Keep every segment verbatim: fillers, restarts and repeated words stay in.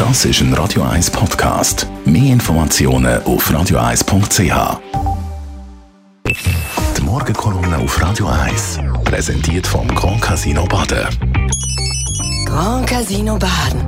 Das ist ein Radio eins Podcast. Mehr Informationen auf radio eins punkt c h. Die Morgenkolumne auf Radio eins. Präsentiert vom Grand Casino Baden. Grand Casino Baden.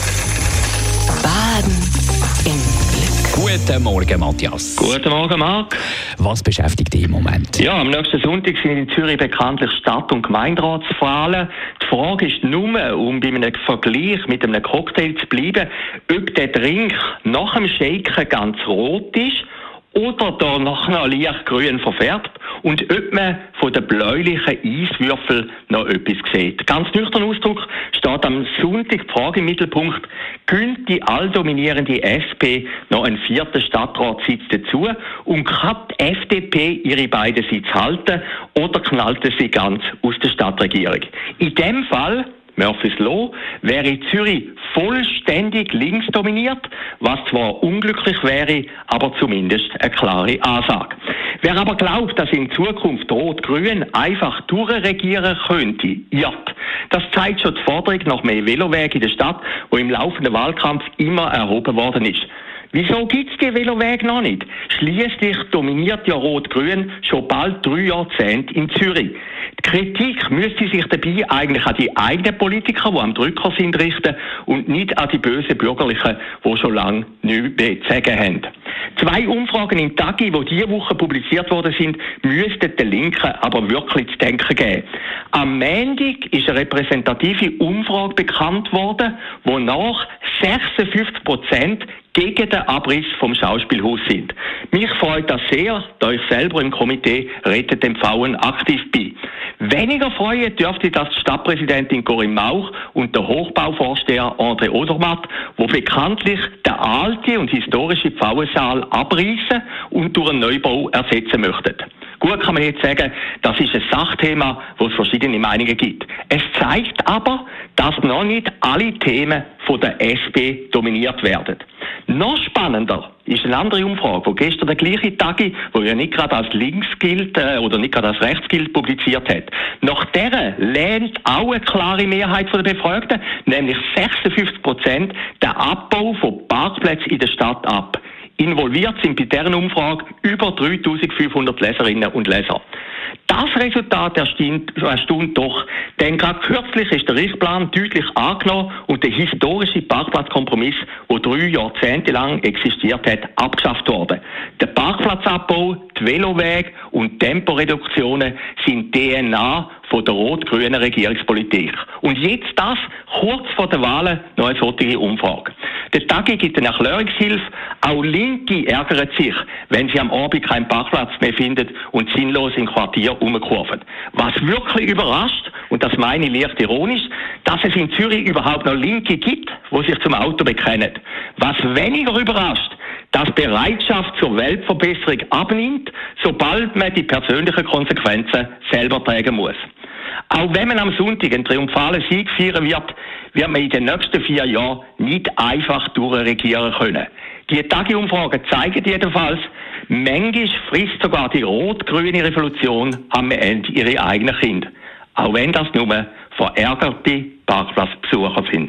Baden im Glück. Guten Morgen, Matthias. Guten Morgen, Marc. Was beschäftigt dich im Moment? Ja, am nächsten Sonntag sind in Zürich bekanntlich Stadt- und Gemeinderatswahlen. Die Frage ist nur, um bei einem Vergleich mit einem Cocktail zu bleiben, ob der Drink nach dem Shaken ganz rot ist oder da nachher noch leicht grün verfärbt und ob man von den bläulichen Eiswürfeln noch etwas sieht. Ganz nüchtern Ausdruck steht am Sonntag die Frage im Mittelpunkt, gönnt die alldominierende S P noch einen vierten Stadtratssitz dazu und kann die F D P ihre beiden Sitze halten oder knallt sie ganz aus der Stadtregierung? In dem Fall Murphy's Law wäre Zürich vollständig links dominiert, was zwar unglücklich wäre, aber zumindest eine klare Ansage. Wer aber glaubt, dass in Zukunft Rot-Grün einfach durchregieren könnte, irrt. Das zeigt schon die Forderung nach mehr Veloweg in der Stadt, die im laufenden Wahlkampf immer erhoben worden ist. Wieso gibt es die Velowege noch nicht? Schliesslich dominiert ja Rot-Grün schon bald drei Jahrzehnte in Zürich. Die Kritik müsste sich dabei eigentlich an die eigenen Politiker, die am Drücker sind, richten und nicht an die bösen Bürgerlichen, die schon lange nichts mehr zu sagen haben. Zwei Umfragen im Tagi, die diese Woche publiziert worden sind, müssten den Linken aber wirklich zu denken geben. Am Montag ist eine repräsentative Umfrage bekannt worden, wonach sechsundfünfzig Prozent gegen den Abriss vom Schauspielhaus sind. Mich freut das sehr, da ich selber im Komitee Rettet den Pfauen aktiv bin. Weniger freuen dürfte das die Stadtpräsidentin Corinne Mauch und der Hochbauvorsteher André Odermatt, wo bekanntlich den alten und historischen Pfauensaal abreißen und durch einen Neubau ersetzen möchten. Gut kann man jetzt sagen, das ist ein Sachthema, wo es verschiedene Meinungen gibt. Es zeigt aber, dass noch nicht alle Themen von der S P dominiert werden. Noch spannender ist eine andere Umfrage, wo gestern der gleiche Tagi, wo ja nicht gerade als links gilt äh, oder nicht gerade als rechts gilt, publiziert hat. Nach der lehnt auch eine klare Mehrheit der Befragten, nämlich sechsundfünfzig Prozent, den Abbau von Parkplätzen in der Stadt ab. Involviert sind bei deren Umfrage über dreitausendfünfhundert Leserinnen und Leser. Das Resultat erstaunt, erstaunt doch, denn gerade kürzlich ist der Richtplan deutlich angenommen und der historische Parkplatzkompromiss, der drei Jahrzehnte lang existiert hat, abgeschafft worden. Der Parkplatzabbau, die Velowege und Temporeduktionen sind D N A von der rot-grünen Regierungspolitik. Und jetzt das, kurz vor den Wahlen, noch eine solche Umfrage. Der Tagi gibt eine Erklärungshilfe. Auch Linke ärgern sich, wenn sie am Abend keinen Parkplatz mehr finden und sinnlos im Quartier rumkurven. Was wirklich überrascht, und das meine ich leicht ironisch, dass es in Zürich überhaupt noch Linke gibt, die sich zum Auto bekennen. Was weniger überrascht, dass die Bereitschaft zur Weltverbesserung abnimmt, sobald man die persönlichen Konsequenzen selber tragen muss. Auch wenn man am Sonntag einen triumphalen Sieg feiern wird, wird man in den nächsten vier Jahren nicht einfach durchregieren können. Die Tagi-Umfragen zeigen jedenfalls, manchmal frisst sogar die rot-grüne Revolution am Ende ihre eigenen Kinder. Auch wenn das nur verärgerte Parkplatzbesucher sind.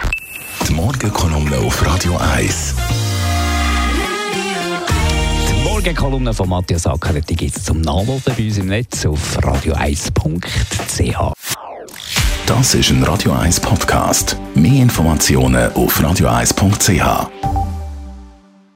Die Morgenkolumne auf Radio eins. Die Morgenkolumne von Matthias Acker, die gibt es zum Nachlesen bei uns im Netz auf radio eins punkt c h. Das ist ein Radio eins Podcast. Mehr Informationen auf radio eins punkt c h.